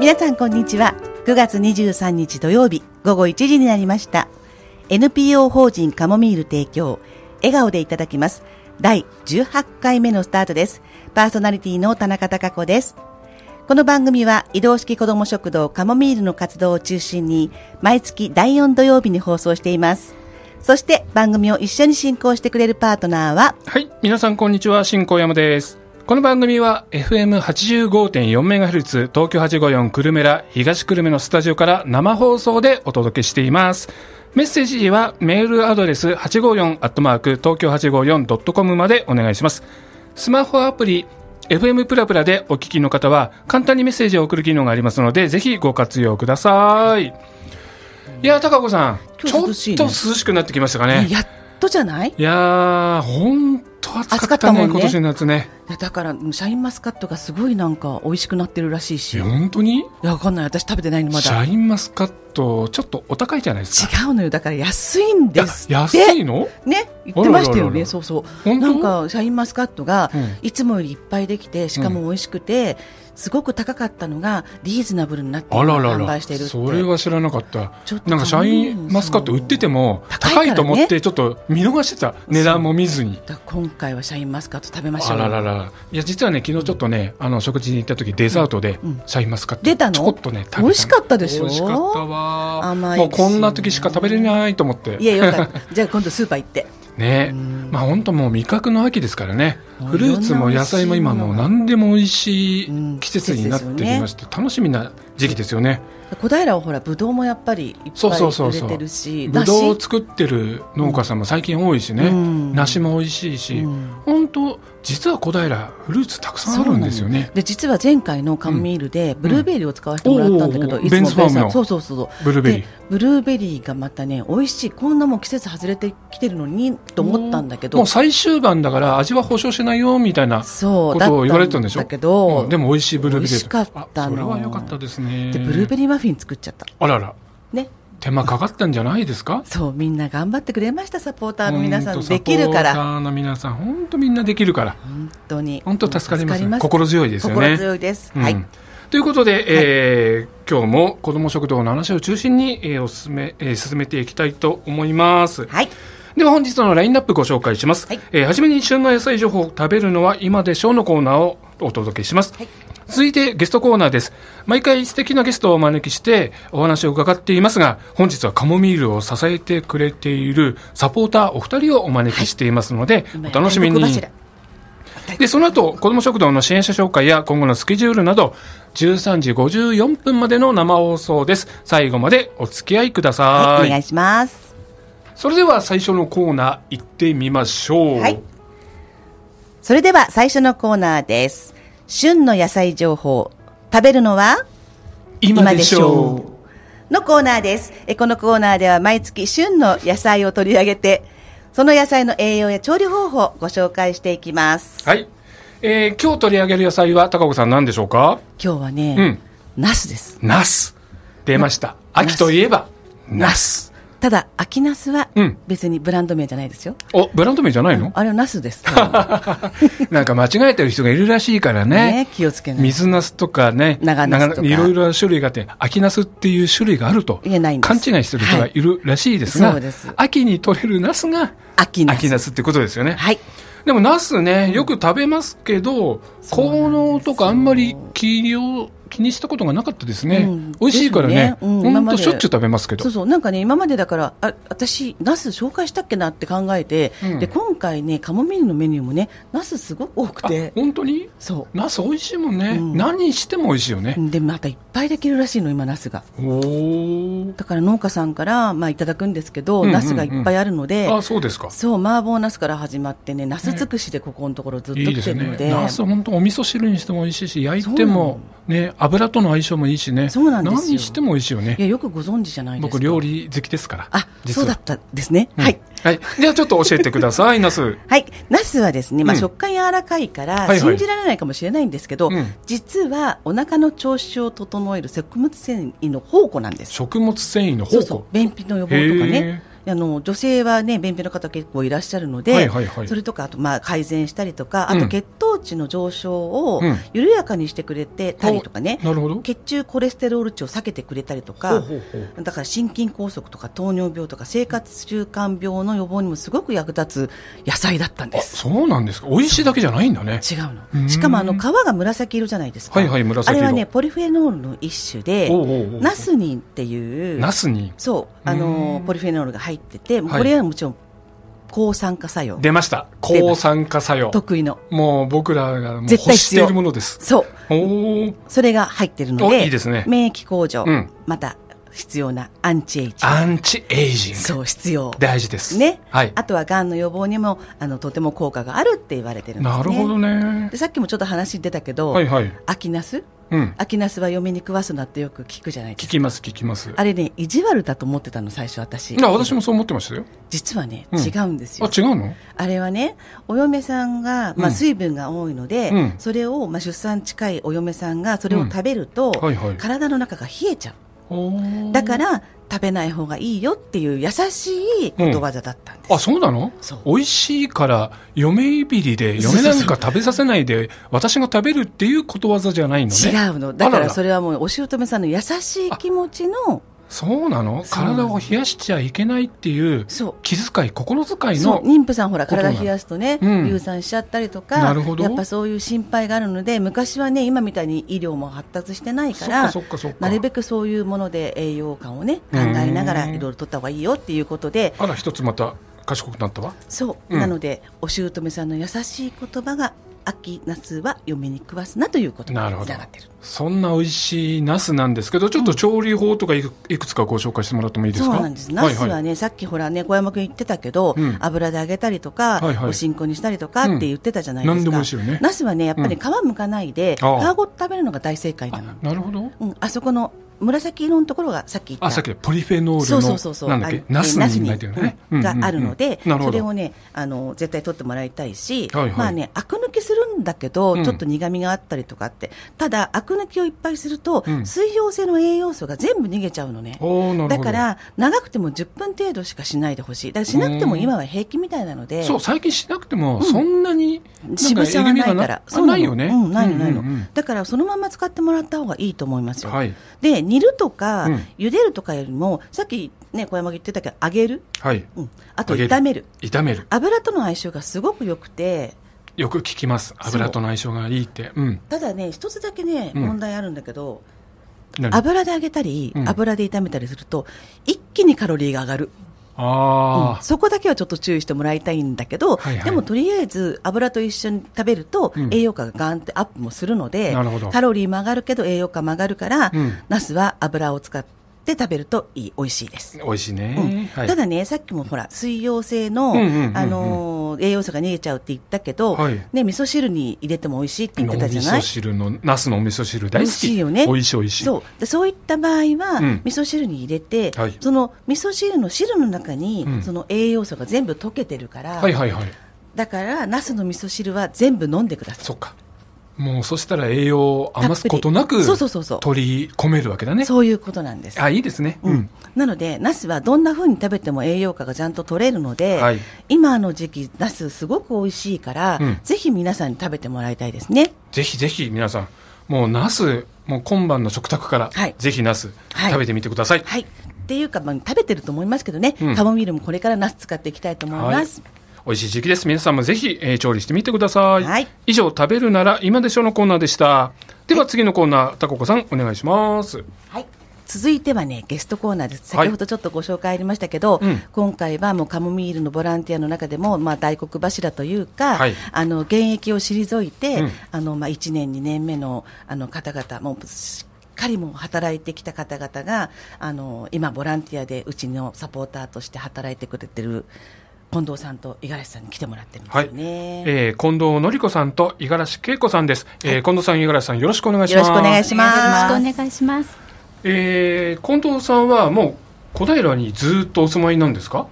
皆さんこんにちは。9月23日土曜日午後1時になりました。 NPO 法人カモミール提供笑顔でいただきます第18回目のスタートです。パーソナリティの田中貴子です。この番組は移動式子ども食堂カモミールの活動を中心に毎月第4土曜日に放送しています。そして番組を一緒に進行してくれるパートナーは、 はい、皆さんこんにちは、新高山です。この番組は FM85.4MHz 東京854久留米ら東久留米のスタジオから生放送でお届けしています。メッセージはメールアドレス 854 東京 854.com までお願いします。スマホアプリ FM プラプラでお聞きの方は簡単にメッセージを送る機能がありますので、ぜひご活用ください。いや、高子さん、ちょっと涼しくなってきましたかね。 やっとじゃない？ いやー、ほんと暑かったね、今年の夏ね。 だからシャインマスカットがすごいなんか美味しくなってるらしいし。 本当に？ いや、わかんない、私食べてないのまだ。 シャインマスカットちょっとお高いじゃないですか。 違うのよ、だから安いんですって。 安いの？ ね、言ってましたよね。そうそう。 本当？ なんかシャインマスカットがいつもよりいっぱいできて、しかも美味しくて、すごく高かったのがリーズナブルになって販売しているって。 それは知らなかった。なんかシャインマスカット売ってても高いと思ってちょっと見逃してた、値段も見ずに。 今回はシャインマスカット食べましょう。 いや、実はね、昨日ちょっとね、食事に行った時デザートでシャインマスカット出たの？ ちょっとね、食べた。 美味しかったでしょ？ 美味しかったわ。 甘い。 もうこんな時しか食べれないと思って。 いや、よかった。じゃあ今度スーパー行ってね。まあ本当もう味覚の秋ですからね。フルーツも野菜も今もう何でも美味しい季節になってきまして、楽しみな時期ですよね。 小平はほらブドウもやっぱりいっぱい売れてるし、 ブドウを作ってる農家さんも最近多いしね、梨も美味しいし、本当実は小平フルーツたくさんあるんですよね。 で、実は前回のカモミールでブルーベリーを使わせてもらったんだけど、いつもベンツファームのそうブルーベリー、 ブルーベリーがまたね美味しい。こんなもう季節外れてきてるのにと思ったんだけど、 もう最終盤だから味は保証しないよみたいなことを言われてたんでしょ。 だけど、 でも美味しいブルーベリー、 美味しかったの。 それは良かったですね。 でブルーベリーマフィン作っちゃった。 あららね、 手間かかったんじゃないですか。 そう、みんな頑張ってくれました。サポーターの皆さんできるから。 サポーターの皆さん本当みんなできるから、本当助かります。心強いですよね。 心強いです、はい。 ということで、今日も子ども食堂の話を中心に、進めていきたいと思います。 はい。 では本日のラインナップご紹介します。 はい。 はじめに旬の野菜情報、食べるのは今でしょうのコーナーをお届けします。はい。続いてゲストコーナーです。毎回素敵なゲストをお招きしてお話を伺っていますが、本日はカモミールを支えてくれているサポーターお二人をお招きしていますので、お楽しみに。で、その後子ども食堂の支援者紹介や今後のスケジュールなど13時54分までの生放送です。最後までお付き合いください。 はい、お願いします。 それでは最初のコーナー行ってみましょう。 はい。それでは最初のコーナーです。旬の野菜情報、食べるのは今でしょうのコーナーです。このコーナーでは毎月旬の野菜を取り上げて、その野菜の栄養や調理方法をご紹介していきます。 はい。今日取り上げる野菜は高子さん何でしょうか。 今日はね、ナスです。 ナス出ました。秋といえばナス。 ただ秋ナスは別にブランド名じゃないですよ。 ブランド名じゃないの？ あれはナスです。 なんか間違えてる人がいるらしいからね。 気をつけない。 水ナスとかね、 長ナスとかいろいろな種類があって、秋ナスっていう種類があると勘違いしてる人がいるらしいですが、秋に取れるナスが秋ナスってことですよね。 はい。 でもナスね、よく食べますけど、効能とかあんまり気にしたことがなかったですね。美味しいからね、ほんとしょっちゅう食べますけど。 そうそう、なんかね、今までだから私ナス紹介したっけなって考えて、で今回ねカモミールのメニューもねナスすごく多くて。 本当に？ そう、 ナス美味しいもんね、何しても美味しいよね。 でまたいっぱいできるらしいの今ナスが。だから農家さんからいただくんですけど、ナスがいっぱいあるので。 そうですか。 そう、麻婆ナスから始まってね、ナス尽くしでここのところずっと来てるので。 ナス本当お味噌汁にしても美味しいし、焼いてもね、油との相性もいいしね。 そうなんですよ。 何しても美味しいよね。 いや、よくご存知じゃないですか。 僕料理好きですから。 そうだったですね。はい。 はい。ではちょっと教えてください、ナス。 はい。ナスはですね、食感柔らかいから信じられないかもしれないんですけど、実はお腹の調子を整える食物繊維の宝庫なんです。 食物繊維の宝庫。 そうそう。便秘の予防とかね。 女性はね便秘の方結構いらっしゃるので、 はいはいはい、 それとかあと改善したりとか、あと血糖値の上昇を緩やかにしてくれてたりとかね、 なるほど、 血中コレステロール値を下げてくれたりとか、だから心筋梗塞とか糖尿病とか生活習慣病の予防にもすごく役立つ野菜だったんです。 そうなんですか。美味しいだけじゃないんだね。 違うの。しかも皮が紫色じゃないですか。 はいはい、紫色。 あれはねポリフェノールの一種でナスニンっていうナスニン、 そうポリフェノールが入ってて、これはもちろん抗酸化作用出ました。抗酸化作用得意の、 もう僕らがもう欲しているものです。 そうそれが入ってるので、 いいですね、 免疫向上、また必要なアンチエイジング、 アンチエイジング、 そう必要、 大事ですね、 はい、 あとはがんの予防にもとても効果があるって言われてるんですね。 なるほどね。 でさっきもちょっと話出たけど、 はいはい、 秋ナス、秋ナスは嫁に食わすなってよく聞くじゃないですか。 聞きます聞きます。 あれね意地悪だと思ってたの最初私。 私もそう思ってましたよ。 実はね、違うんですよ。 あ、違うの？ あれはねお嫁さんが、水分が多いので、それを、出産近いお嫁さんがそれを食べると、体の中が冷えちゃう。だから食べない方がいいよっていう優しいことわざだったんです。 あ、そうなの？美味しいから嫁いびりで嫁なんか食べさせないで私が食べるっていうことわざじゃないのね。 違うの。だからそれはもうお姑さんの優しい気持ちの。 そうなの？体を冷やしちゃいけないっていう気遣い、心遣いの。 妊婦さんほら体冷やすとね、流産しちゃったりとか、やっぱそういう心配があるので、昔はね今みたいに医療も発達してないから、なるべくそういうもので栄養価をね考えながらいろいろ取った方がいいよっていうことで、 あら一つまた賢くなったわ。 そう、なのでお姑さんの優しい言葉が秋ナスは嫁に食わすなということにつながっている。 そんな美味しいナスなんですけど、ちょっと調理法とかいくつかご紹介してもらってもいいですか？ そうなんです。ナスはね、さっきほらね小山君言ってたけど、油で揚げたりとか、おしんこにしたりとかって言ってたじゃないですか。 何でも美味しいよね。 ナスはねやっぱり皮剥かないで、皮ごと食べるのが大正解なの。 なるほど。 あそこの紫色のところがさっき言ったさっきポリフェノールのなんだっけ、ナスに入ってるねがあるので、それをね絶対取ってもらいたいし、まあねアク抜きするんだけどちょっと苦味があったりとかって、ただアク抜きをいっぱいすると水溶性の栄養素が全部逃げちゃうのね。だから長くても10分程度しかしなくてほしい。だからしなくても今は平気みたいなので、 そう最近しなくてもそんなに渋さはないからないよね。 ないの。だからそのまま使ってもらった方がいいと思いますよ。で煮るとか茹でるとかよりもさっきね小山が言ってたけど揚げる、あと炒める油との相性がすごく良くて、 よく聞きます。油との相性がいいって、 ただね一つだけね問題あるんだけど、油で揚げたり、油で炒めたりすると一気にカロリーが上がる。そこだけはちょっと注意してもらいたいんだけど、でもとりあえず油と一緒に食べると栄養価がガンってアップもするので、カロリーも上がるけど栄養価も上がるから、ナスは油を使って食べると美味しいです。 美味しいね、 ただねさっきもほら水溶性の栄養素が逃げちゃうって言ったけど、味噌汁に入れても美味しいって言ってたじゃない。 味噌汁のナスのお味噌汁大好き。美味しいよね。美味しい。 そういった場合は、味噌汁に入れて、その味噌汁の汁の中に、その栄養素が全部溶けてるから、だからナスの味噌汁は全部飲んでください。 そうか。もうそしたら栄養を余すことなく取り込めるわけだね。 そういうことなんです。 いいですね、 なのでナスはどんな風に食べても栄養価がちゃんと取れるので、今の時期ナスすごく美味しいから、ぜひ皆さんに食べてもらいたいですね。 ぜひぜひ皆さんもうナスもう今晩の食卓から、ぜひナス食べてみてください。 っていうか、食べてると思いますけどね、カモミールもこれからナス使っていきたいと思います。 美味しい時期です。皆さんもぜひ、調理してみてください。以上、食べるなら今でしょのコーナーでした。では次のコーナー、たここさんお願いします。 続いてはねゲストコーナーです。先ほどちょっとご紹介ありましたけど、今回はもうカモミールのボランティアの中でも、大黒柱というか、現役を退いて、1年2年目の、方々もうしっかりもう働いてきた方々が今ボランティアでうちのサポーターとして働いてくれてる近藤さんと五十嵐さんに来てもらってるんですよね。 近藤典子さんと五十嵐恵子さんです。近藤さん、五十嵐さん、よろしくお願いします。 よろしくお願いします。 よろしくお願いします。 近藤さんはもう小平にずっとお住まいなんですか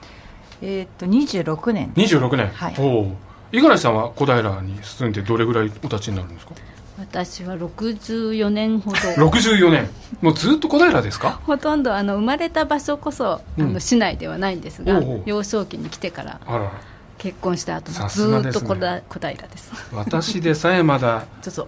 ？26年。 26年。五十嵐さんは小平に住んでどれぐらいお立ちになるんですか？ 私は64年ほど 64年もうずっと小平ですか？ ほとんど生まれた場所こそ市内ではないんですが、 おうおう幼少期に来てからあら結婚した後もさすがですねずっと小平です私でさえまだそう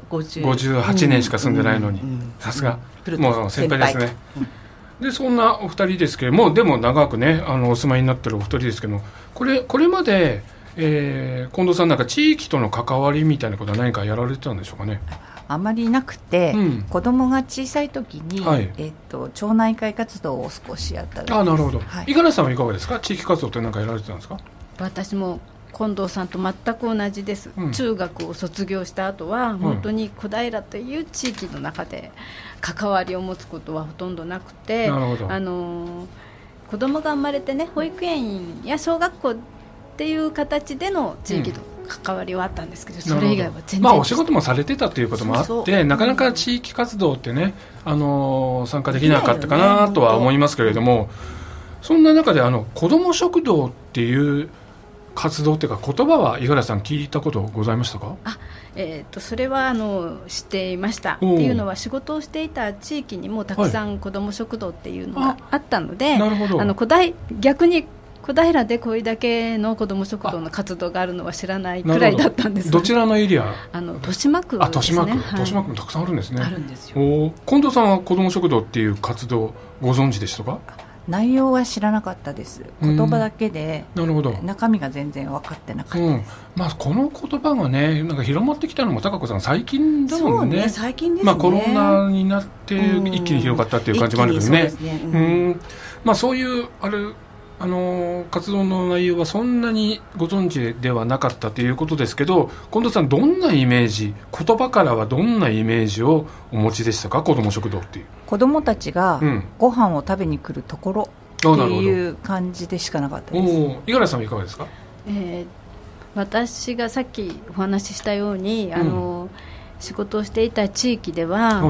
58年しか住んでないのに、さすがもう先輩ですね。でそんなお二人ですけれども、でも長くねお住まいになってるお二人ですけども、これまで、近藤さんなんか地域との関わりみたいなことは何かやられてたんでしょうかね？ あまりなくて、子供が小さい時に、 はい、 町内会活動を少しやったんです。 なるほど、 はい、 五十嵐さんはいかがですか？地域活動って何かやられてたんですか？ 私も近藤さんと全く同じです、中学を卒業した後は本当に小平という地域の中で関わりを持つことはほとんどなくて、 なるほど、 子供が生まれてね、保育園や小学校っていう形での地域と関わりはあったんですけど、それ以外は全然、 お仕事もされてたということもあってなかなか地域活動ってね、参加できなかったかなとは思いますけれども、そんな中で子ども食堂っていう活動っていうか言葉は五十嵐さん聞いたことございましたか？ それは知っていました。っていうのは仕事をしていた地域にもたくさん子ども食堂っていうのがあったので、 なるほど、 逆に小平でこれだけの子ども食堂の活動があるのは知らないくらいだったんです。 どちらのエリア？ 豊島区ですね。 豊島区、豊島区もたくさんあるんですね。 あるんですよ。 近藤さんは子ども食堂っていう活動ご存知でしたか？ 内容は知らなかったです。言葉だけで、 なるほど、 中身が全然分かってなかったです。 この言葉がねなんか広まってきたのも高子さん最近だもんね。 最近ですね。 コロナになって一気に広がったっていう感じもあるけどね。そういう活動の内容はそんなにご存知ではなかったということですけど、近藤さんどんなイメージ、言葉からはどんなイメージをお持ちでしたか？子ども食堂っていう子どもたちがご飯を食べに来るところっていう感じでしかなかったです。 五十嵐さんはいかがですか？ 私がさっきお話ししたように仕事をしていた地域では、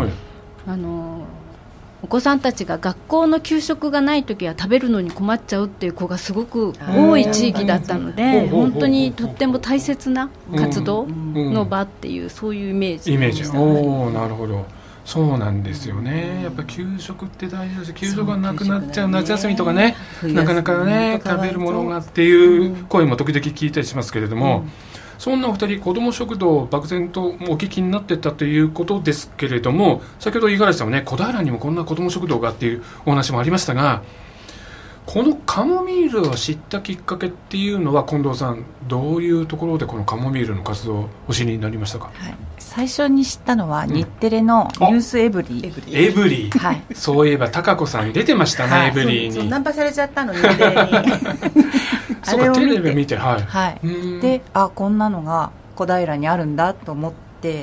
お子さんたちが学校の給食がないときは食べるのに困っちゃうっていう子がすごく多い地域だったので、本当にとっても大切な活動の場っていう、そういうイメージでした。 なるほど、そうなんですよね。やっぱ給食って大事だし、給食がなくなっちゃう夏休みとかね、なかなかね食べるものがっていう声も時々聞いたりしますけれども、そんなお二人子ども食堂を漠然とお聞きになってたということですけれども、先ほど五十嵐さんもね小平にもこんな子ども食堂がっていうお話もありましたが、このカモミールを知ったきっかけっていうのは近藤さんどういうところでこのカモミールの活動をお知りになりましたか？ 最初に知ったのは日テレのニュースエブリー、 エブリー、そういえば高子さん出てましたね、エブリーに。 ナンパされちゃったのにテレそうか、テレビ見て、 でこんなのが小平にあるんだと思って、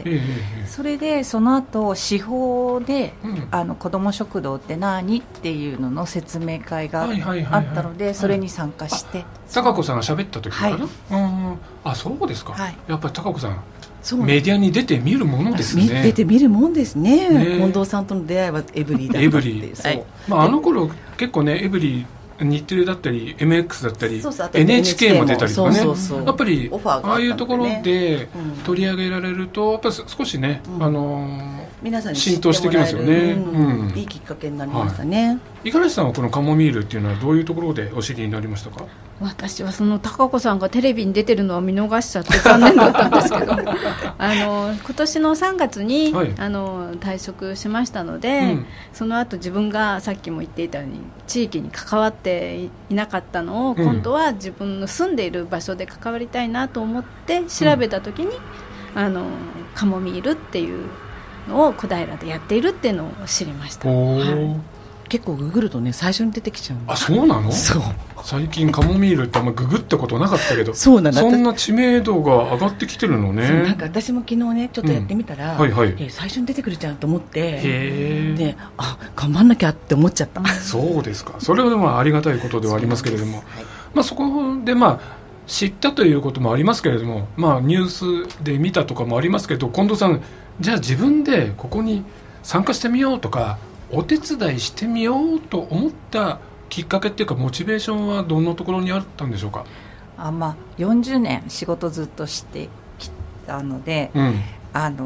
それでその後司法で、子ども食堂って何っていうのの説明会があったので、それに参加して、 高子さんが喋った時かな、そうですか、やっぱり高子さんメディアに出てみるものですね。 出てみるもんですね。近藤さんとの出会いはエブリーだったっていう。 あの頃結構ねエブリー日テレだったり MX だったり NHK も出たりとかね、やっぱりああいうところで取り上げられるとやっぱり少しね皆さんに浸透してきますよね。 いいきっかけになりましたね。 五十嵐さんはこのカモミールっていうのはどういうところでお知りになりましたか？ 私はその高子さんがテレビに出てるのを見逃しちゃって残念だったんですけど今年の3月に、退職しましたので、その後自分がさっきも言っていたように地域に関わっていなかったのを、今度は自分の住んでいる場所で関わりたいなと思って調べた時に、カモミールっていうのを小平でやっているっていうのを知りました。 結構ググるとね最初に出てきちゃう。 そうなの？ そう。 最近カモミールってあんまググったことなかったけど、 そんな知名度が上がってきてるのね。 なんか私も昨日ねちょっとやってみたら、最初に出てくるじゃんと思って、で頑張んなきゃって思っちゃった。 そうですか。それはでもありがたいことではありますけれども、そこで知ったということもありますけれども、ニュースで見たとかもありますけど、近藤さんじゃあ自分でここに参加してみようとかお手伝いしてみようと思ったきっかけっていうかモチベーションはどんなところにあったんでしょうか？ 40年仕事ずっとしてきたので、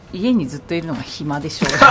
家にずっといるのが暇でしょう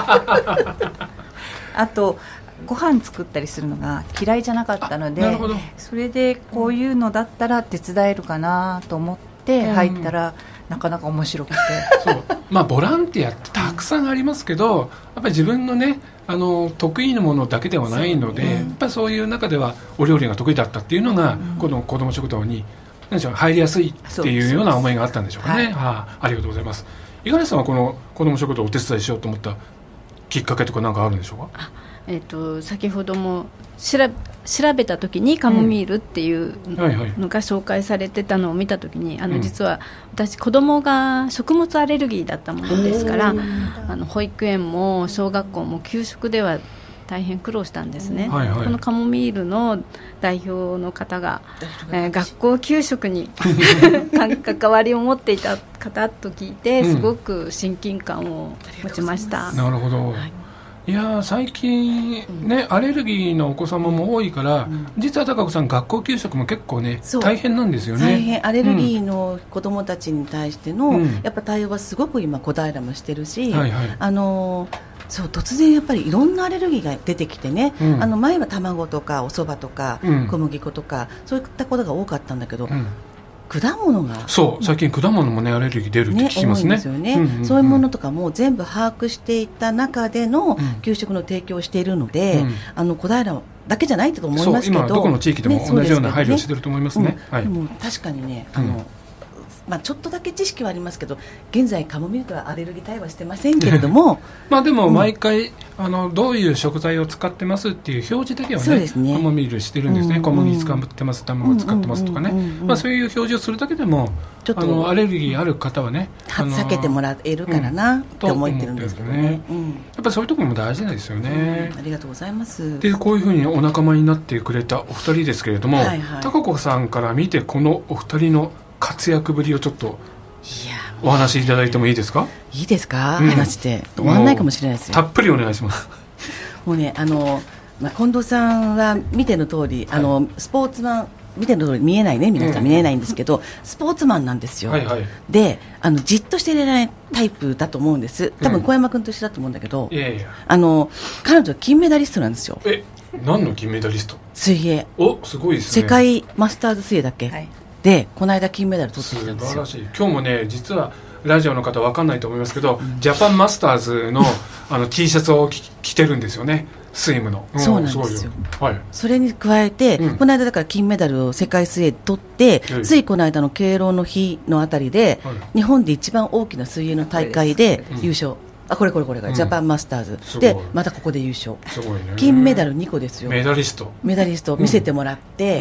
あとご飯作ったりするのが嫌いじゃなかったので、それでこういうのだったら手伝えるかなと思って入ったら、なかなか面白くてそうボランティアってたくさんありますけど、やっぱり自分のね得意なものだけではないので、やっぱりそういう中ではお料理が得意だったっていうのが、この子ども食堂に何でしょう入りやすいっていうような思いがあったんでしょうかね。ありがとうございます。五十嵐さんはこの子ども食堂をお手伝いしようと思ったきっかけとか何かあるんでしょうか。 先ほども調べた時にカモミールっていうのが紹介されてたのを見た時に、実は私子供が食物アレルギーだったものですから、保育園も小学校も給食では大変苦労したんですね、このカモミールの代表の方が、学校給食に関わりを持っていた方と聞いて、すごく親近感を持ちました。 なるほど、いや最近ね、アレルギーのお子様も多いから、実は高子さん学校給食も結構ね大変なんですよね。 大変、アレルギーの子どもたちに対しての、やっぱ対応はすごく今小平もしてるし、そう突然やっぱりいろんなアレルギーが出てきてね、前は卵とかお蕎麦とか、小麦粉とかそういったことが多かったんだけど、果物が最近果物もねアレルギー出るって聞きますね。 多いんですよね、そういうものとかも全部把握していた中での給食の提供をしているので、小平だけじゃないと思いますけど、 今どこの地域でも同じような配慮をしていると思いますね。 でも確かにね、ちょっとだけ知識はありますけど、現在カモミールはアレルギー対応はしてませんけれどもでも毎回、どういう食材を使ってますっていう表示だけはね、カモミールしてるんですね。小麦使ってます、卵使ってますとかね、そういう表示をするだけでもちょっとアレルギーある方はね避けてもらえるからなって思ってるんですけどね、やっぱりそういうところも大事なんですよね。 ありがとうございます。 でこういうふうにお仲間になってくれたお二人ですけれども、高子さんから見てこのお二人の活躍ぶりをちょっとお話しいただいてもいいですか。 いいですか、話して終わらないかもしれないですよ。 たっぷりお願いします。 もうね近藤さんは見ての通り、スポーツマン見ての通り見えないね、皆さん見えないんですけど、スポーツマンなんですよ、でじっとしていられないタイプだと思うんです。多分小山君と一緒だと思うんだけど、彼女は金メダリストなんですよ。 何の金メダリスト。 水泳。 すごいですね。 世界マスターズ水泳だっけ、でこの間金メダル取ってきたんですよ。 素晴らしい。今日もね実はラジオの方分かんないと思いますけど、ジャパンマスターズのT シャツを着てるんですよね、スイムの。 そうなんですよ、それに加えて、この間だから金メダルを世界水泳で取って、ついこの間の敬老の日のあたりで、日本で一番大きな水泳の大会で優勝、これがジャパンマスターズでまたここで優勝、金メダル2個ですよ。メダリスト見せてもらって、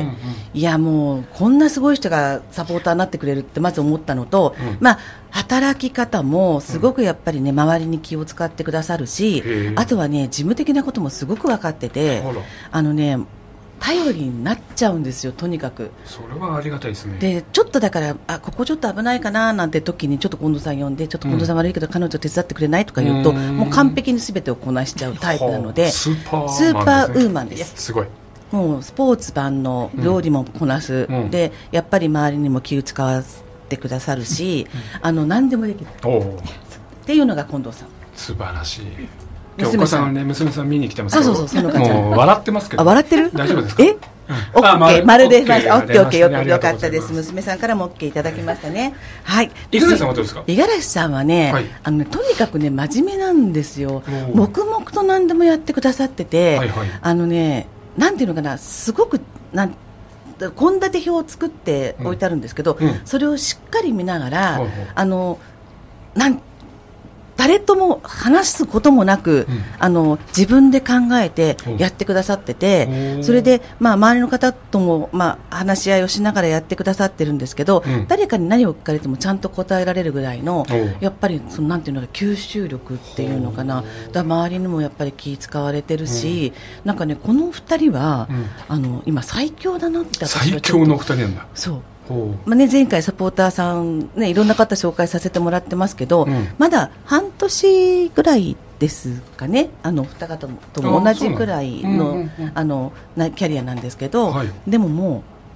いやもうこんなすごい人がサポーターになってくれるってまず思ったのと、働き方もすごくやっぱりね周りに気を使ってくださるし、あとはね事務的なこともすごく分かってて、頼りになっちゃうんですよ、とにかく。 それはありがたいですね。 でちょっとだからここちょっと危ないかななんて時にちょっと近藤さん呼んで、ちょっと近藤さん悪いけど彼女手伝ってくれないとか言うと、もう完璧に全てをこなしちゃうタイプなので、スーパーウーマンです。 すごい。 もうスポーツ版の料理もこなす、でやっぱり周りにも気を使わせてくださるし、何でもできるっていうのが近藤さん。 素晴らしい。お子さんね、娘さん見に来てますけど、もう笑ってますけど。 笑ってる？ 大丈夫ですか？ オッケー、丸でました。オッケーよかったです。娘さんからもオッケーいただきましたね。はい。 五十嵐さんはどうですか？ 五十嵐さんはね、とにかくね真面目なんですよ。黙々と何でもやってくださってて、なんていうのかな、すごく献立表を作って置いてあるんですけど、それをしっかり見ながら、誰とも話すこともなく、自分で考えてやってくださってて、それで、周りの方とも、話し合いをしながらやってくださってるんですけど、誰かに何を聞かれてもちゃんと答えられるぐらいの、やっぱりなんていうのか吸収力っていうのかな、周りにもやっぱり気使われてるし、なんかねこの2人は、今最強だなって私は最強の2人なんだ。 そう前回サポーターさん、いろんな方紹介させてもらってますけど、まだ半年ぐらいですかね、二方とも同じぐらいのキャリアなんですけど、でももう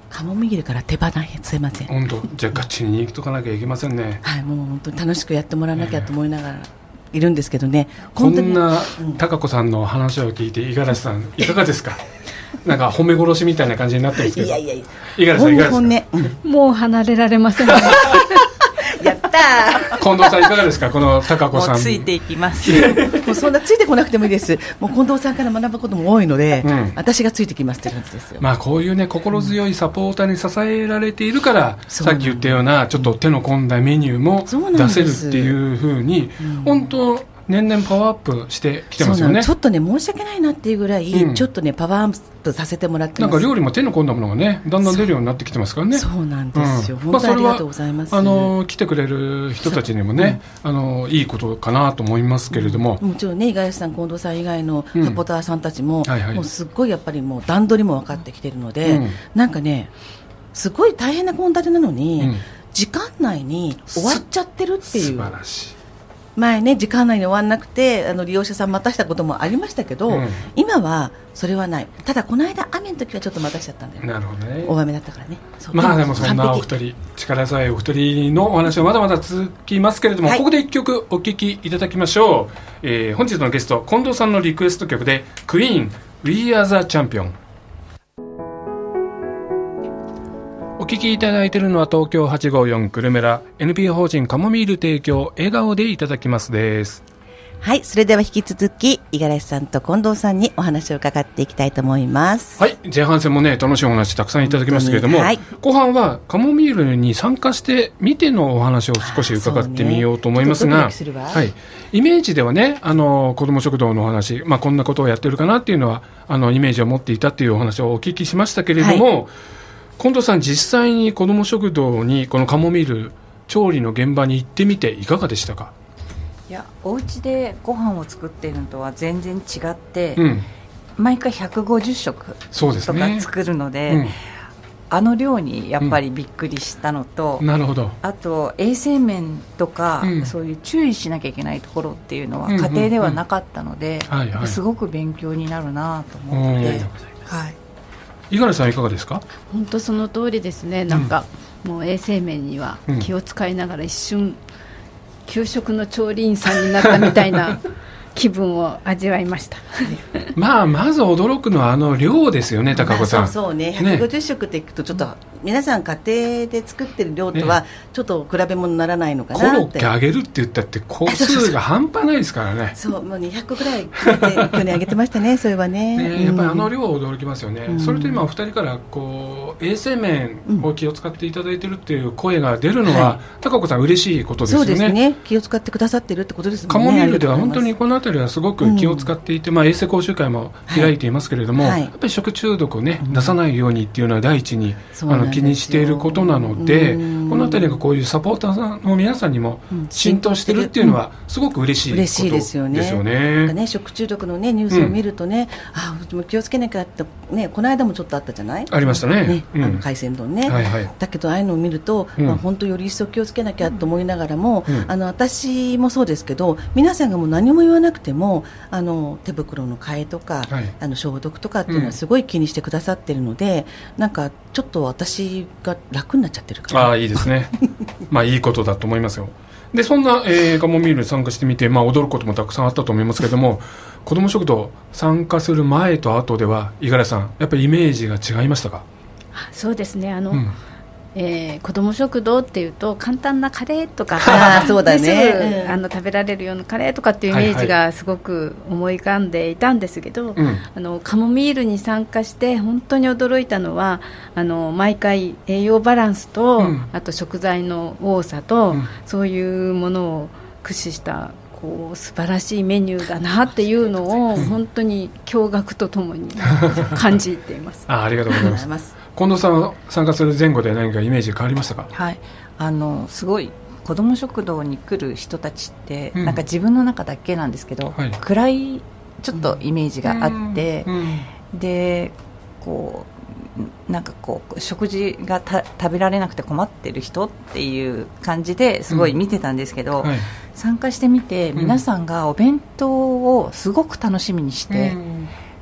カモミールから手放せません。 本当、じゃあガチに行っとかなきゃいけませんね。 はい、もう本当に楽しくやってもらわなきゃと思いながらいるんですけどね。 こんな貴子さんの話を聞いて五十嵐さんいかがですか？なんか褒め殺しみたいな感じになってるんですけど。いやいやいや、五十嵐さんいかがですか？ もう離れられませんね。 やったー。 近藤さんいかがですか？この貴子さん。 もうついていきます。 もうそんなついてこなくてもいいです。もう近藤さんから学ぶことも多いので、私がついてきますって感じですよ。 まあこういうね、心強いサポーターに支えられているから、さっき言ったようなちょっと手の込んだメニューも出せるっていうふうに、本当年々パワーアップしてきてますよね。 ちょっとね申し訳ないなっていうぐらい、ちょっとねパワーアップさせてもらってます。 なんか料理も手の込んだものがねだんだん出るようになってきてますからね。 そうなんですよ、本当にありがとうございます。 来てくれる人たちにもね、いいことかなと思いますけれども、 もちろんね五十嵐さん近藤さん以外のサポーターさんたちも、もうすっごいやっぱりもう段取りも分かってきてるので、なんかねすごい大変な献立なのに、時間内に終わっちゃってるっていう。 素晴らしい。 前ね時間内に終わらなくて利用者さん待たしたこともありましたけど、今はそれはない。ただこの間雨の時はちょっと待たしちゃったんだよ。 なるほどね。 大雨だったからね。 まあでもそんなお二人、力強いお二人のお話はまだまだ続きますけれども、ここで一曲お聴きいただきましょう。本日のゲスト近藤さんのリクエスト曲でクイーン We Are the Champion。お聞きいただいているのは東京854久留米ら NPO 法人カモミール提供笑顔でいただきますです。 はい、それでは引き続き五十嵐さんと近藤さんにお話を伺っていきたいと思います。 はい、前半戦もね楽しいお話たくさんいただきましたけれども、後半はカモミールに参加してみてのお話を少し伺ってみようと思いますが、はい、イメージではね子ども食堂のお話、こんなことをやってるかなっていうのはイメージを持っていたっていうお話をお聞きしましたけれども、近藤さん実際に子ども食堂にこのカモミール調理の現場に行ってみていかがでしたか？ いや、お家でご飯を作っているのとは全然違って、毎回150食とか作るので、量にやっぱりびっくりしたのと、 なるほど。 あと衛生面とか、そういう注意しなきゃいけないところっていうのは家庭ではなかったので、すごく勉強になるなと思って、 五十嵐さんいかがですか？ 本当その通りですね。なんか、もう衛生面には気を使いながら一瞬給食の調理員さんになったみたいな気分を味わいました。 まず驚くのは量ですよね、高子さん。 そうね、150食っていくとちょっと、皆さん家庭で作ってる量とはちょっと比べ物にならないのかなって。 コロッケあげるって言ったって個数が半端ないですからね。 そう、もう200ぐらい去年あげてましたね。それはね、 やっぱり量は驚きますよね。それと今お二人から衛生面を気を使っていただいてるっていう声が出るのは、高子さん嬉しいことですよね。 そうですね、気を使ってくださってるってことですもんね。 カモミールでは本当にこのあたりはすごく気を使っていて、衛生講習会も開いていますけれども、やっぱり食中毒をね、出さないようにっていうのは第一に気にしていることなので、このあたりがこういうサポーターさんの皆さんにも浸透してるっていうのはすごく嬉しいことですよね。 食中毒の、ニュースを見るとね、うちも気をつけなきゃって、この間もちょっとあったじゃない？ ありましたね。 海鮮丼ね、だけどああいうのを見ると、本当より一層気をつけなきゃと思いながらも、私もそうですけど、皆さんがもう何も言わなくても手袋の替えとか、消毒とかっていうのはすごい気にしてくださってるので、なんかちょっと私が楽になっちゃってるから。 いいですね。いいことだと思いますよ。でそんな、カモミールに参加してみて、驚くこともたくさんあったと思いますけれども、子ども食堂参加する前と後では五十嵐さんやっぱりイメージが違いましたか？ そうですね、子ども食堂っていうと簡単なカレーとかそうだね、 すぐ食べられるようなカレーとかっていうイメージがすごく思い浮かんでいたんですけど、カモミールに参加して本当に驚いたのは毎回栄養バランスと、あと食材の多さと、そういうものを駆使した素晴らしいメニューだなっていうのを本当に驚愕とともに感じています。 ありがとうございます。近藤さん参加する前後で何かイメージ変わりましたか？ はい、すごい子ども食堂に来る人たちって、なんか自分の中だけなんですけど、暗いちょっとイメージがあって、でなんか食事が食べられなくて困ってる人っていう感じですごい見てたんですけど、参加してみて皆さんがお弁当をすごく楽しみにして、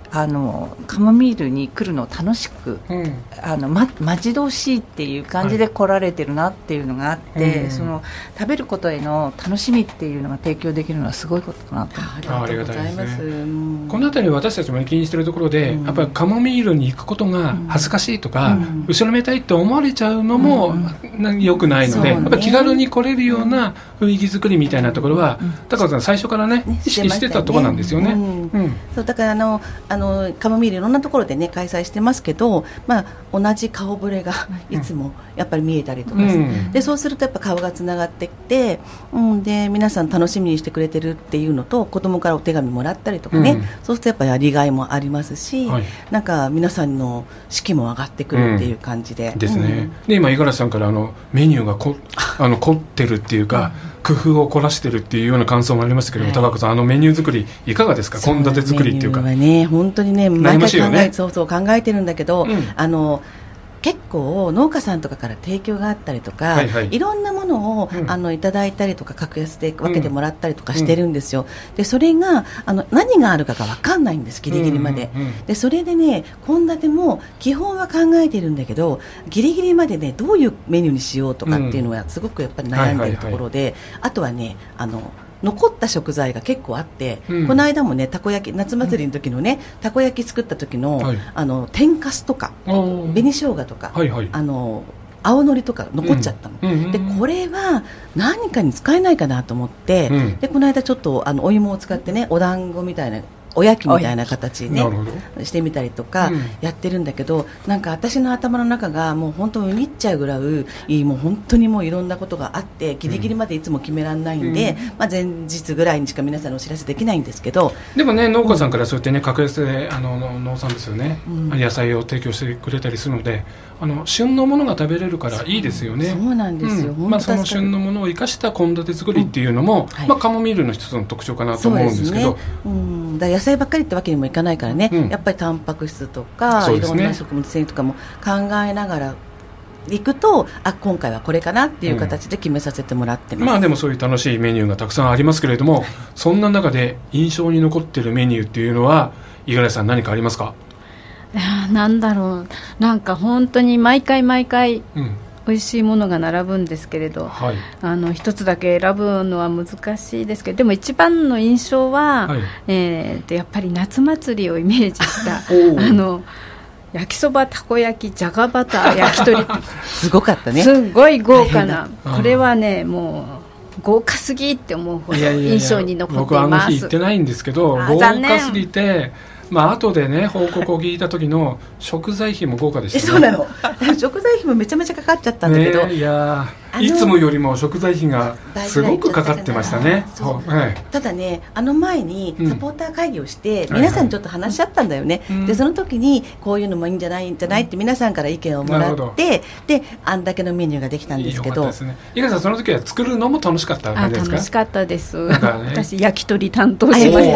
カモミールに来るのを楽しく、待ち遠しいっていう感じで来られてるなっていうのがあって、その食べることへの楽しみっていうのが提供できるのはすごいことかなと思って。 ありがたいですね。このあたり私たちも気にしているところで、やっぱりカモミールに行くことが恥ずかしいとか、後ろめたいって思われちゃうのも良くないので、やっぱり気軽に来れるような雰囲気作りみたいなところは、高尾さん最初からね意識してたところなんですよね。 そうだからカモミールいろんなところでね開催してますけど、同じ顔ぶれがいつもやっぱり見えたりとか、でそうするとやっぱ顔がつながってきて、で皆さん楽しみにしてくれてるっていうのと、子供からお手紙もらったりとかね、そうするとやっぱりやりがいもありますし、なんか皆さんの士気も上がってくるっていう感じで、 ですね。で今五十嵐さんからメニューが凝ってるっていうか、工夫を凝らしてるっていうような感想もありましたけど、高子さんメニュー作りいかがですか？献立作りっていうか。 メニューはね本当にね毎回考えてるんだけど、結構農家さんとかから提供があったりとか、いろんなものをいただいたりとか格安で分けてもらったりとかしてるんですよ。でそれが何があるかが分かんないんです、ギリギリまで。でそれでね献立も基本は考えてるんだけど、ギリギリまでねどういうメニューにしようとかっていうのはすごくやっぱり悩んでるところで、あとはね残った食材が結構あって、この間もねたこ焼き、夏祭りの時のねたこ焼き作った時の、天かすとか紅生姜とか、青のりとか残っちゃったの、でこれは何かに使えないかなと思って、でこの間ちょっとお芋を使ってねお団子みたいなおやきみたいな形に、してみたりとかやってるんだけど、なんか私の頭の中がもう本当に見入っちゃうぐらいもう本当にもういろんなことがあってギリギリまでいつも決められないんで、前日ぐらいにしか皆さんにお知らせできないんですけど、 でもね農家さんからそうやってね格安で農産物をね、野菜を提供してくれたりするので、旬のものが食べれるからいいですよね。 そうなんですよ、 その旬のものを生かした献立作りっていうのも、カモミールの一つの特徴かなと思うんですけど、 だ野菜ばっかりってわけにもいかないからね、やっぱりタンパク質とか、いろんな食物繊維とかも考えながらいくと、今回はこれかなっていう形で決めさせてもらってます。 でもそういう楽しいメニューがたくさんありますけれども、そんな中で印象に残っているメニューっていうのは五十嵐さん何かありますか？ なんだろう、なんか本当に毎回美味しいものが並ぶんですけれど、一つだけ選ぶのは難しいですけど、でも一番の印象は、やっぱり夏祭りをイメージした焼きそば、たこ焼き、じゃがバター、焼き鳥すごかったね。 すごい豪華な、これはねもう豪華すぎって思うほど印象に残っています。 僕は日行ってないんですけど、豪華すぎて後でね報告を聞いた時の食材費も豪華でしたね。 そうなの食材費もめちゃめちゃかかっちゃったんだけど、 いつもよりも食材費がすごくかかってましたね。 ただね前にサポーター会議をして、皆さんにちょっと話し合ったんだよね、でその時にこういうのもいいんじゃないって皆さんから意見をもらって、であんだけのメニューができたんですけど、 井川さんその時は作るのも楽しかった感じですか？ 楽しかったです、私焼き鳥担当しました。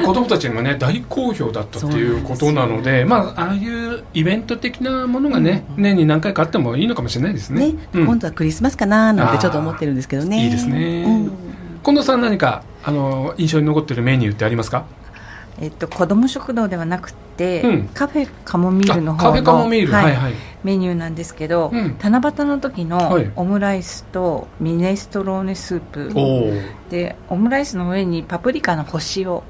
子供たちにもね大好評だったっていうことなので、ああいうイベント的なものがね、年に何回かあってもいいのかもしれないですね。 今度はクリスマスかななんてちょっと思ってるんですけどね。 いいですね。近藤さん何か印象に残っているメニューってありますか？ 子ども食堂ではなくて、カフェカモミールの方のメニューなんですけど、七夕の時のオムライスとミネストローネスープで、オムライスの上にパプリカの星を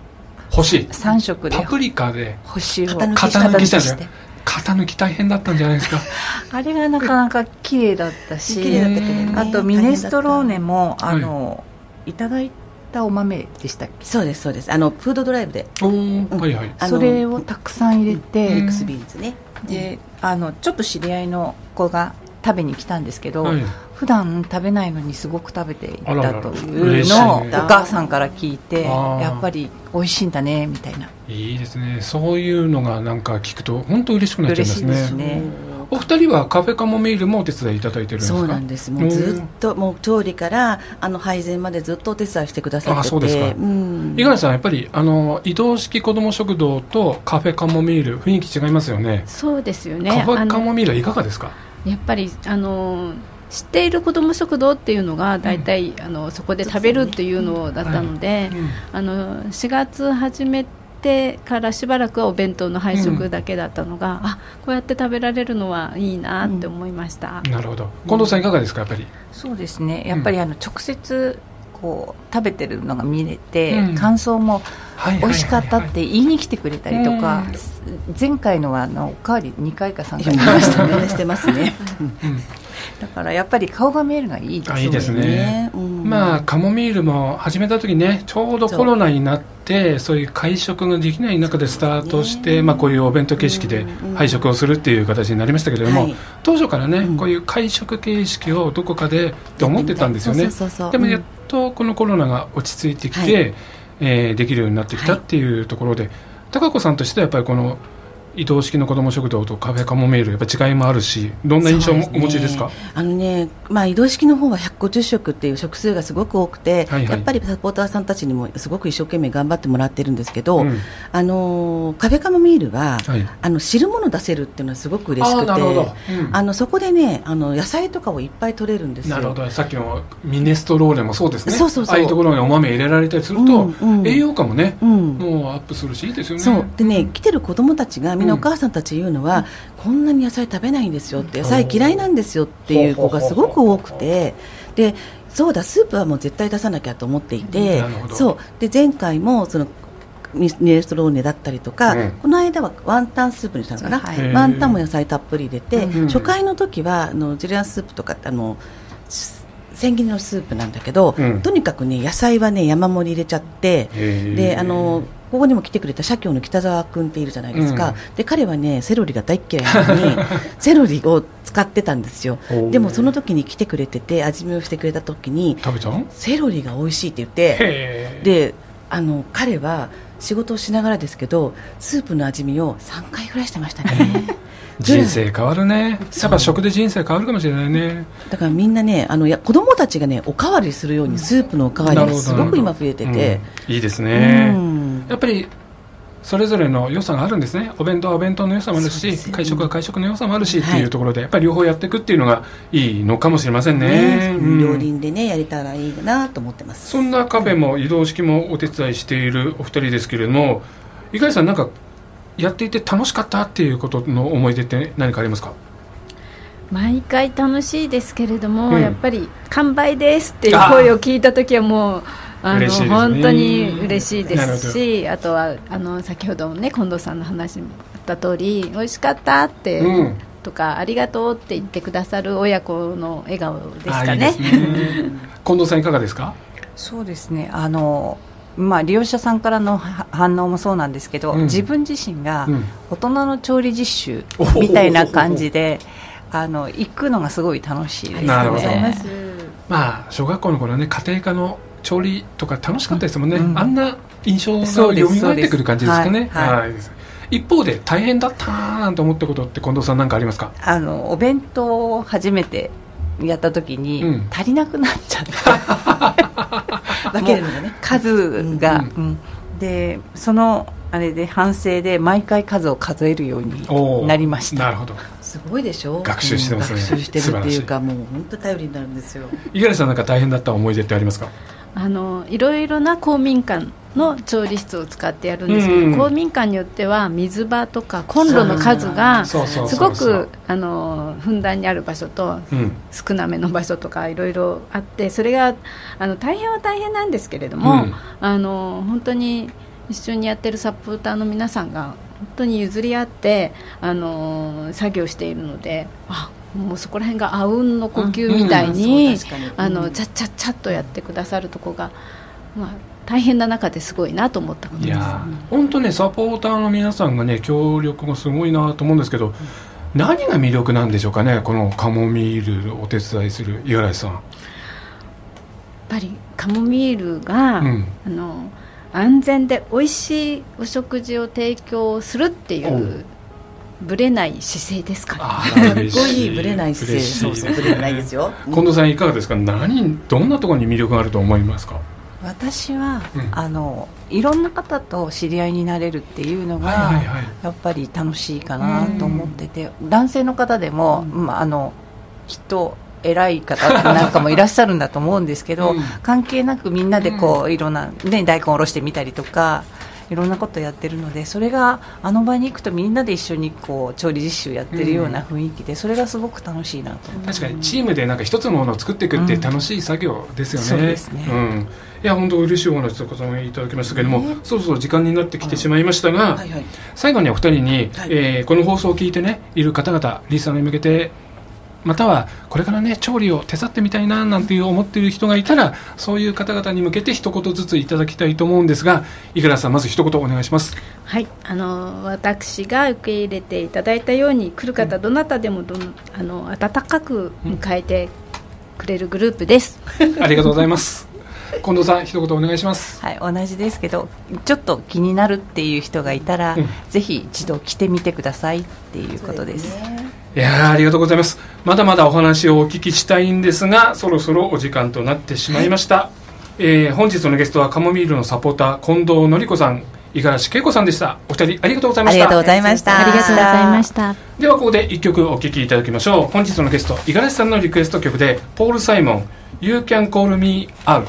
3色でパプリカで星を型抜きしたんですよ。型抜き大変だったんじゃないですか？ あれがなかなか綺麗だったし、あとミネストローネもいただいたお豆でしたっけ？ そうですフードドライブで、 それをたくさん入れて、 ミックスビーンズね。 でちょっと知り合いの子が食べに来たんですけど、普段食べないのにすごく食べていたというのをお母さんから聞いて、やっぱり美味しいんだねみたいな。 いいですね。そういうのがなんか聞くと本当嬉しくなっちゃいますね。 嬉しいですね。 お二人はカフェカモミールもお手伝いいただいてるんですか？ そうなんです。もうずっともう調理から配膳までずっとお手伝いしてくださってて。 そうですか。五十嵐さんやっぱり移動式子ども食堂とカフェカモミール雰囲気違いますよね。 そうですよね。 カフェカモミールはいかがですか？ やっぱり知っている子ども食堂っていうのが大体、そこで食べるっていうのだったので、4月初めってからしばらくはお弁当の配食だけだったのが、こうやって食べられるのはいいなって思いました。 なるほど。近藤さんいかがですか？やっぱりそうですね、やっぱり直接こう食べてるのが見れて、感想も美味しかったって言いに来てくれたりとか、前回のはおかわり2回か3回ましたねしてますねだからやっぱり顔が見えるのがいいですね。 いいですね。カモミールも始めた時ね、ちょうどコロナになってそういう会食ができない中でスタートして、こういうお弁当形式で配食をするっていう形になりましたけれども、当初からね、こういう会食形式をどこかでと思ってたんですよね。でもやっとこのコロナが落ち着いてきて、できるようになってきたっていうところで、高子さんとしてはやっぱりこの移動式の子ども食堂とカフェカモミールやっぱ違いもあるし、どんな印象をお持ちですか？ 移動式の方は150食っていう食数がすごく多くて、やっぱりサポーターさんたちにもすごく一生懸命頑張ってもらってるんですけど、カフェカモミールは、汁物出せるっていうのはすごく嬉しくて、そこでね野菜とかをいっぱい取れるんですよ。 なるほど。さっきのミネストローネもそうですね。ああいうところにお豆入れられたりすると、栄養価もね、もうアップするしいいですよね。 そうでね、来てる子どもたちがみんなお母さんたち言うのは、こんなに野菜食べないんですよって、野菜嫌いなんですよっていう子がすごく多くて、でそうだスープはもう絶対出さなきゃと思っていて、そうで前回もそのミネストローネだったりとか、この間はワンタンスープにしたのかな、ワンタンも野菜たっぷり入れて、初回の時はジュリアンスープとかって千切りのスープなんだけど、とにかくね野菜はね山盛り入れちゃって、でここにも来てくれた社協の北沢君っているじゃないですか、で彼はねセロリが大っ嫌いなのにセロリを使ってたんですよ。でもその時に来てくれてて味見をしてくれた時にセロリが美味しいって言って、で彼は仕事をしながらですけどスープの味見を3回ぐらいしてましたね人生変わるね。やっぱ食で人生変わるかもしれないね。 だからみんなね子供たちがねおかわりするようにスープのおかわりがすごく今増えてて、 いいですね。やっぱりそれぞれの良さがあるんですね。お弁当はお弁当の良さもあるし、会食は会食の良さもあるしっていうところで、やっぱり両方やっていくっていうのがいいのかもしれませんね。 両輪でねやれたらいいなと思ってます。 そんなカフェも移動式もお手伝いしているお二人ですけれども、猪狩さんなんかやっていて楽しかったっていうことの思い出って何かありますか？ 毎回楽しいですけれども、やっぱり完売ですっていう声を聞いたときはもう本当に嬉しいですし、あとは先ほどね近藤さんの話にあった通り美味しかったって、とかありがとうって言ってくださる親子の笑顔ですかね。 近藤さんいかがですか？ そうですね、利用者さんからの反応もそうなんですけど、自分自身が大人の調理実習みたいな感じで行くのがすごい楽しいですね。 なるほど。小学校の頃はね家庭科の調理とか楽しかったですもんね、あんな印象が蘇ってくる感じですかね。一方で大変だったなんて思ったことって近藤さん何かありますか？ お弁当を初めてやった時に、足りなくなっちゃって分けるのがね数が、でそのあれで反省で毎回数を数えるようになりました。 なるほど。 すごいでしょ。 学習してますね。 学習してるっていうかもう本当頼りになるんですよ。 五十嵐さんなんか大変だった思い出ってありますか？ いろいろな公民館の調理室を使ってやるんですけど、公民館によっては水場とかコンロの数がすごくふんだんにある場所と少なめの場所とかいろいろあって、それが大変は大変なんですけれども、本当に一緒にやってるサポーターの皆さんが本当に譲り合って作業しているので、もうそこら辺があうんの呼吸みたいに、チャッチャッチャッとやってくださるとこが、大変な中ですごいなと思ったことです。いや本当ねサポーターの皆さんがね協力がすごいなと思うんですけど、何が魅力なんでしょうかね、このカモミールをお手伝いする五十嵐さん。やっぱりカモミールが、安全で美味しいお食事を提供するっていうぶれない姿勢ですかね。 かっこいいぶれない姿勢。そうぶれないですよ。 近藤さんいかがですか？どんなところに魅力があると思いますか？ 私は、いろんな方と知り合いになれるっていうのが、やっぱり楽しいかなと思ってて、男性の方でも、きっと偉い方なんかもいらっしゃるんだと思うんですけど、関係なくみんなでいろんな、大根おろしてみたりとかいろんなことやってるので、それがあの場に行くとみんなで一緒にこう調理実習やってるような雰囲気で、それがすごく楽しいなと思って。 確かにチームでなんか一つのものを作っていくって楽しい作業ですよね。 そうですね。 いや本当嬉しいお話とご参加いただきましたけれども、そろそろ時間になってきてしまいましたが、最後にお二人に、この放送を聞いてねいる方々、リスナーに向けて、またはこれからね調理を手伝ってみたいななんていう思っている人がいたら、そういう方々に向けて一言ずついただきたいと思うんですが、五十嵐さんまず一言お願いします。 はい、私が受け入れていただいたように、来る方どなたでも温かく迎えてくれるグループです、 ありがとうございます。近藤さん一言お願いします。 はい、同じですけど、ちょっと気になるっていう人がいたら、ぜひ一度来てみてくださいっていうことです。 いやありがとうございます。まだまだお話をお聞きしたいんですが、そろそろお時間となってしまいました、本日のゲストはカモミールのサポーター近藤典子さん、五十嵐恵子さんでした。お二人ありがとうございました。 ありがとうございました。 ありがとうございました。 ではここで一曲お聴きいただきましょう。本日のゲスト五十嵐さんのリクエスト曲でポール・サイモン You Can Call Me Out。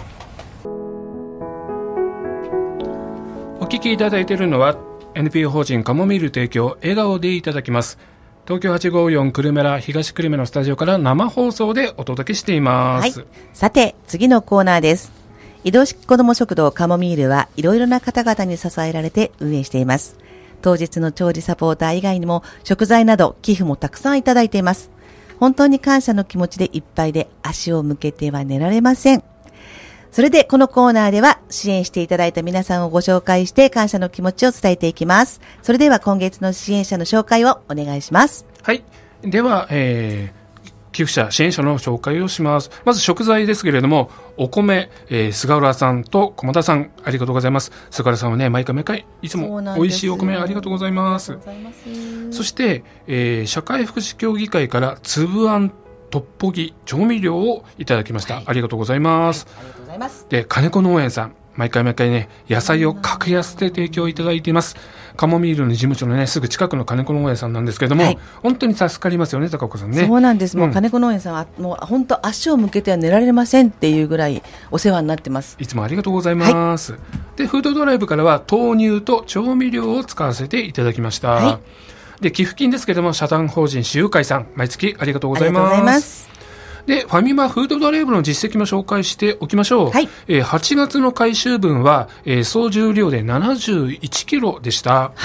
お聴きいただいているのは NPO 法人カモミール提供笑顔でいただきます。東京854久留米ら東久留米のスタジオから生放送でお届けしています、 さて次のコーナーです。移動式子ども食堂カモミールはいろいろな方々に支えられて運営しています。当日の調理サポーター以外にも食材など寄付もたくさんいただいています。本当に感謝の気持ちでいっぱいで足を向けては寝られません。それでこのコーナーでは支援していただいた皆さんをご紹介して感謝の気持ちを伝えていきます。それでは今月の支援者の紹介をお願いします。 はい、では、寄付者支援者の紹介をします。まず食材ですけれども、お米、菅原さんと駒田さんありがとうございます。菅原さんはね毎回いつも美味しいお米ありがとうございます。そして、社会福祉協議会から粒あんトッポギ調味料をいただきました、ありがとうございます、ありがとうございます。で金子農園さん毎回ね野菜を格安で提供いただいています。カモミールの事務所のねすぐ近くの金子農園さんなんですけれども、本当に助かりますよね高岡さんね。 そうなんです、もう金子農園さんはもう本当足を向けては寝られませんっていうぐらいお世話になってます。 いつもありがとうございます、でフードドライブからは豆乳と調味料を使わせていただきました、で寄付金ですけれども社団法人私有会さん毎月ありがとうございます。でファミマフードドライブの実績も紹介しておきましょう、8月の回収分は、総重量で71キロでした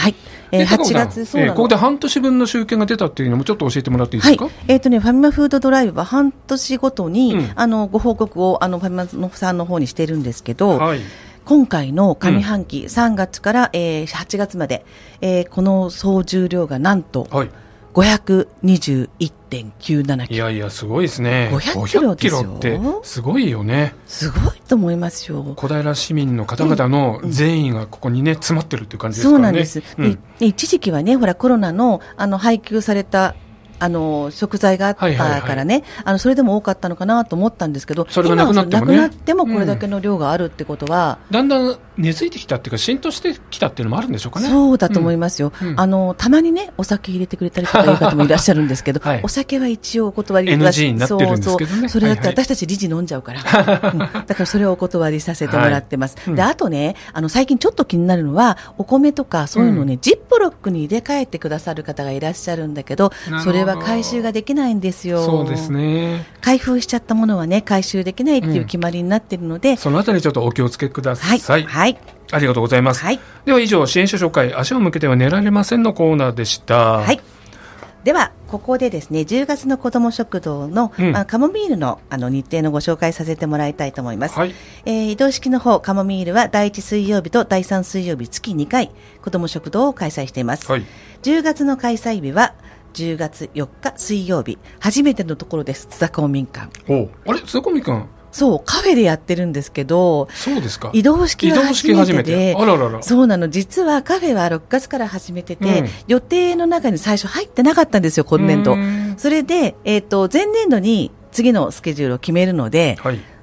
、8月そうなの、ここで半年分の集計が出たっていうのもちょっと教えてもらっていいですか。ファミマフードドライブは半年ごとに、ご報告をファミマさんの方にしてるんですけど、今回の上半期、3月から、8月まで、この総重量がなんと、521.97 キロ。 いやすごいですね。 500キロですよ。 500キロってすごいよね。 すごいと思いますよ。 小平市民の方々の善意がここにね詰まってるっていう感じですからね。 そうなんです、で一時期はねほらコロナの配給された食材があったからね、それでも多かったのかなと思ったんですけど、 それがなくなってもね、 なくなってもこれだけの量があるってことは、 だんだん根付いてきたっていうか浸透してきたっていうのもあるんでしょうかね。 そうだと思いますよ、たまにねお酒入れてくれたりとかいう方もいらっしゃるんですけど、お酒は一応お断り NG になってるんですけどね。 それだって私たち理事飲んじゃうから、だからそれをお断りさせてもらってます、であとね最近ちょっと気になるのはお米とかそういうのね、ジップロックに入れ替えてくださる方がいらっしゃるんだけど、それは回収ができないんですよ。 そうですね。 開封しちゃったものはね回収できないっていう決まりになっているので、 そのあたりちょっとお気をつけください。ありがとうございます、では以上支援者紹介足を向けては寝られませんのコーナーでした。 ではここでですね10月の子ども食堂の、カモミールの日程のご紹介させてもらいたいと思います、移動式の方カモミールは第1水曜日と第3水曜日月2回子ども食堂を開催しています、10月の開催日は10月4日水曜日、初めてのところです。津田公民館。 あれ津田公民館、 そうカフェでやってるんですけど、 そうですか、 移動式が初めてで、 あららら、 そうなの、実はカフェは6月から始めてて、予定の中に最初入ってなかったんですよ今年度。それで、前年度に次のスケジュールを決めるので、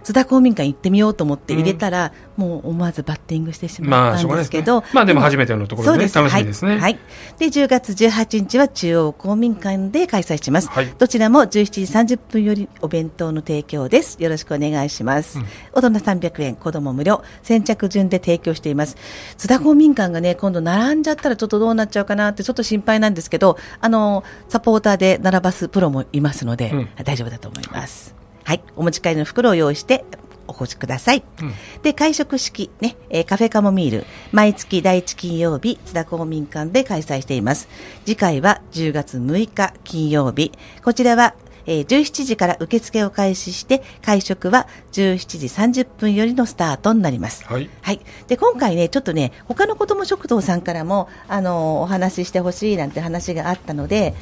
津田公民館行ってみようと思って入れたら、もう思わずバッティングしてしまったんですけど、 でも初めてのところで、ね、楽しみですね。 はい。で、10月18日は中央公民館で開催します。はい、どちらも17時30分よりお弁当の提供です。よろしくお願いします。大人300円、子供無料、先着順で提供しています。津田公民館がね、今度並んじゃったらちょっとどうなっちゃうかなってちょっと心配なんですけど、サポーターで並ばすプロもいますので、大丈夫だと思います。はい。お持ち帰りの袋を用意してお越しください。で、会食式ね、カフェカモミール、毎月第1金曜日、津田公民館で開催しています。次回は10月6日金曜日。こちらは、17時から受付を開始して、会食は17時30分よりのスタートになります。はい。はい。で、今回ね、ちょっとね、他の子ども食堂さんからも、お話ししてほしいなんて話があったので、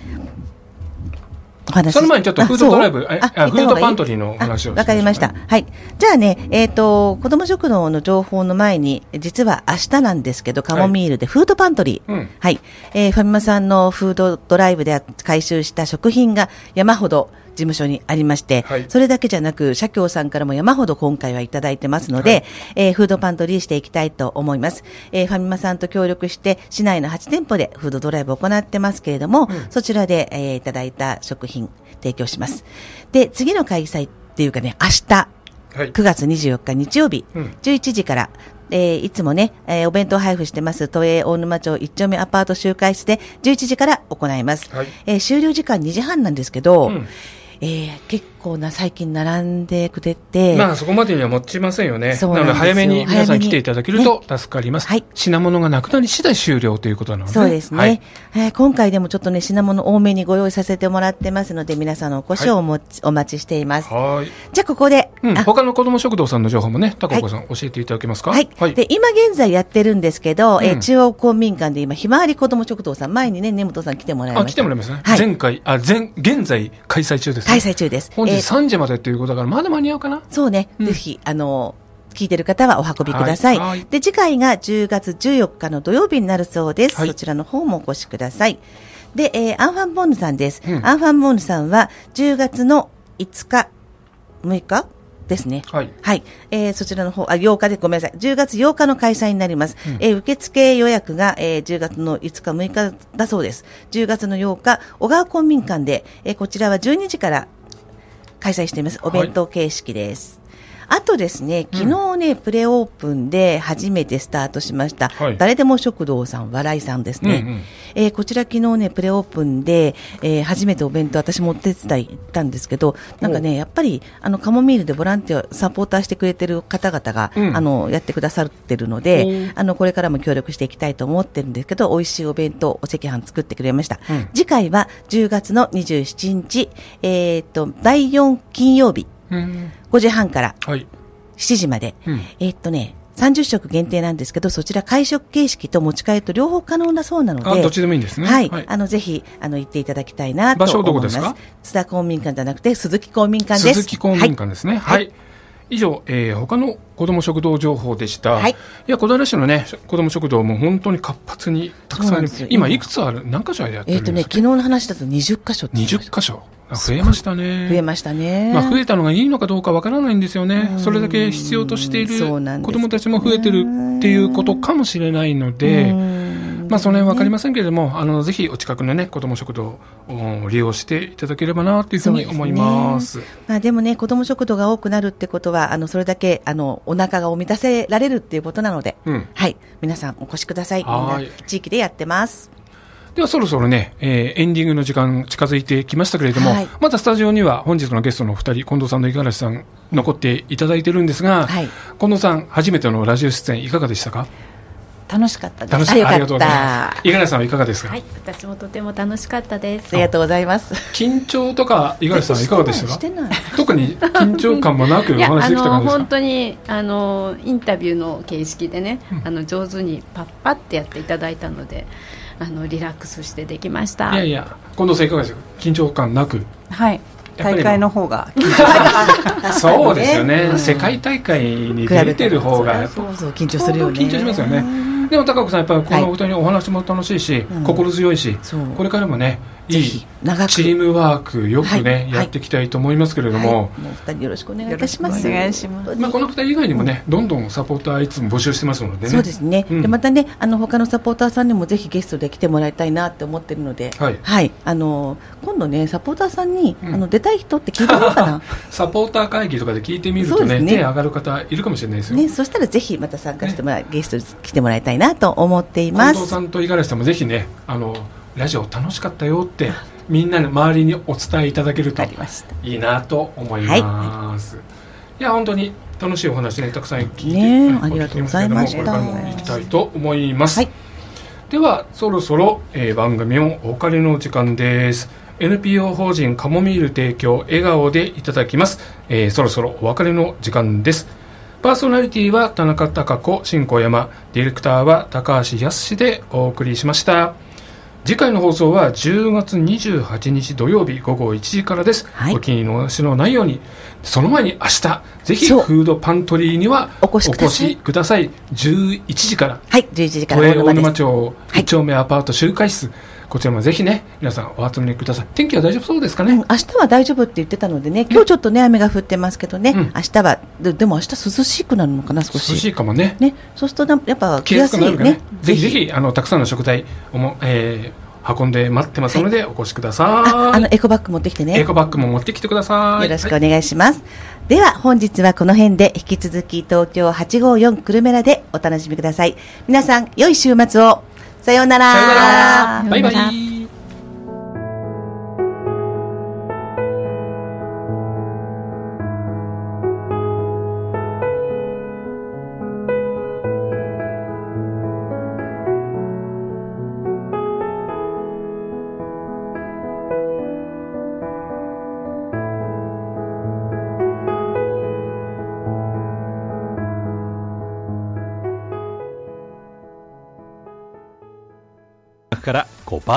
その前にちょっとフードドライブ、フードパントリーの話を。 わかりました。はい。じゃあね、子ども食堂の情報の前に、実は明日なんですけど、カモミールでフードパントリー。はい。ファミマさんのフードドライブで回収した食品が山ほど事務所にありまして、はい、それだけじゃなく、社協さんからも山ほど今回はいただいてますので、フードパントリーしていきたいと思います。ファミマさんと協力して、市内の8店舗でフードドライブを行ってますけれども、そちらで、いただいた食品提供します。で、次の開催っていうかね、明日、9月24日日曜日、11時から、いつもね、お弁当配布してます、都営大沼町1丁目アパート集会室で11時から行います。終了時間2時半なんですけど、結構な最近並んでくれて、 そこまでには持ちませんよね。なので早めに皆さん来ていただけると助かります。品物がなくなり次第終了ということなので、 そうですね。今回でもちょっとね、品物多めにご用意させてもらってますので、皆さんのお越しをお待ちしています。じゃあここで、 他の子ども食堂さんの情報もね、高岡さん教えていただけますか。 で、今現在やってるんですけど、中央公民館で今ひまわり子ども食堂さん、前にね、根本さん来てもらいました。 来てもらいますね。現在開催中ですね。 開催中です。 本日3時までということだから、まだ間に合うかな。 そうね。ぜひ、聞いてる方はお運びください。で、次回が10月14日の土曜日になるそうです。そちらの方もお越しください。で、アンファンボンヌさんです。アンファンボンヌさんは10月の5日、6日ですね。はい。そちらの方、8日でごめんなさい。10月8日の開催になります。受付予約が、10月の5日、6日だそうです。10月の8日、小川公民館で、こちらは12時から開催しています。お弁当形式です。あとですね、昨日ね、プレオープンで初めてスタートしました、誰でも食堂さん、笑いさんですね。こちら昨日ね、プレオープンで、初めてお弁当、私もお手伝い行ったんですけど、なんかね、やっぱり、カモミールでボランティア、サポーターしてくれてる方々が、やってくださってるので、これからも協力していきたいと思ってるんですけど、美味しいお弁当、お赤飯作ってくれました。次回は10月の27日、第4金曜日、5時半から7時まで、30食限定なんですけど、そちら会食形式と持ち帰りと両方可能なそうなので、 どっちでもいいんですね。 はい。ぜひ、行っていただきたいなと思います。 場所どこですか？ 津田公民館じゃなくて、鈴木公民館です。 鈴木公民館ですね。はい。以上、他の子ども食堂情報でした。いや、小平市のね、子ども食堂も本当に活発にたくさんある。今いくつある？何箇所やってるんですか？ 昨日の話だと20箇所。 20箇所。増えましたね。 増えましたね。 増えたのがいいのかどうかわからないんですよね。それだけ必要としている子どもたちも増えてるっていうことかもしれないので、その辺わかりませんけれども、ぜひお近くのね、子ども食堂を利用していただければなというふうに思います。 でもね、子ども食堂が多くなるってことは、それだけ、お腹が満たせられるっていうことなので、はい、皆さんお越しください。みんな地域でやってます。 ではそろそろね、エンディングの時間近づいてきましたけれども、またスタジオには本日のゲストのお二人、近藤さんと五十嵐さん残っていただいてるんですが、近藤さん初めてのラジオ出演いかがでしたか？ 楽しかったです。 ありがとうございます。五十嵐さんはいかがですか？ 私もとても楽しかったです。 ありがとうございます。 緊張とか五十嵐さんはいかがでしたか？特に緊張感もなくお話できた感じですか？ 本当にインタビューの形式でね、上手にパッパってやっていただいたので、リラックスしてできました。 いや近藤さんいかがですか？緊張感なく。 はい。大会の方がそうですよね。世界大会に出てる方がそう緊張するよね。 緊張しますよね。でも高岡さんやっぱりこのお二人お話も楽しいし、心強いし、これからもねいいチームワークよくね、やっていきたいと思いますけれども、 もう2人よろしくお願いいたします。 お願いします。 この2人以外にもね、どんどんサポーターいつも募集してますのでね。 そうですね、でまたね、他のサポーターさんにもぜひゲストで来てもらいたいなって思ってるので、今度ね、サポーターさんに、出たい人って聞いてみようかなサポーター会議とかで聞いてみるとね、手上がる方いるかもしれないですよ、 そしたらぜひまた参加してもらゲストに来てもらいたいなと思っています。 近藤さんと五十嵐さんもぜひね、ラジオ楽しかったよってみんなの周りにお伝えいただけるといいなと思います。いや本当に楽しいお話ね、たくさん聞いて、 ありがとうございました。 これからも行きたいと思います。ではそろそろ、番組もお別れの時間です。NPO 法人カモミール提供笑顔でいただきます。そろそろお別れの時間です。パーソナリティは田中貴子、新小山、ディレクターは高橋康でお送りしました。次回の放送は10月28日土曜日午後1時からです。お聞き逃しのないように。その前に明日ぜひフードパントリーにはお越しください。11時から、 11時から大沼町1丁目アパート集会室、こちらもぜひね皆さんお集めください。天気は大丈夫そうですかね。 明日は大丈夫って言ってたのでね、今日ちょっとね雨が降ってますけどね、明日はでも明日涼しくなるのかな、少し涼しいかもね。 そうするとやっぱ来やすいよね。 ぜひぜひたくさんの食材運んで待ってますので、お越しください。 エコバッグ持ってきてね。 エコバッグも持ってきてください。 よろしくお願いします。では本日はこの辺で、引き続き東京854久留米らでお楽しみください。皆さん良い週末を。さようなら。 さようなら。バイバイ。 から5%。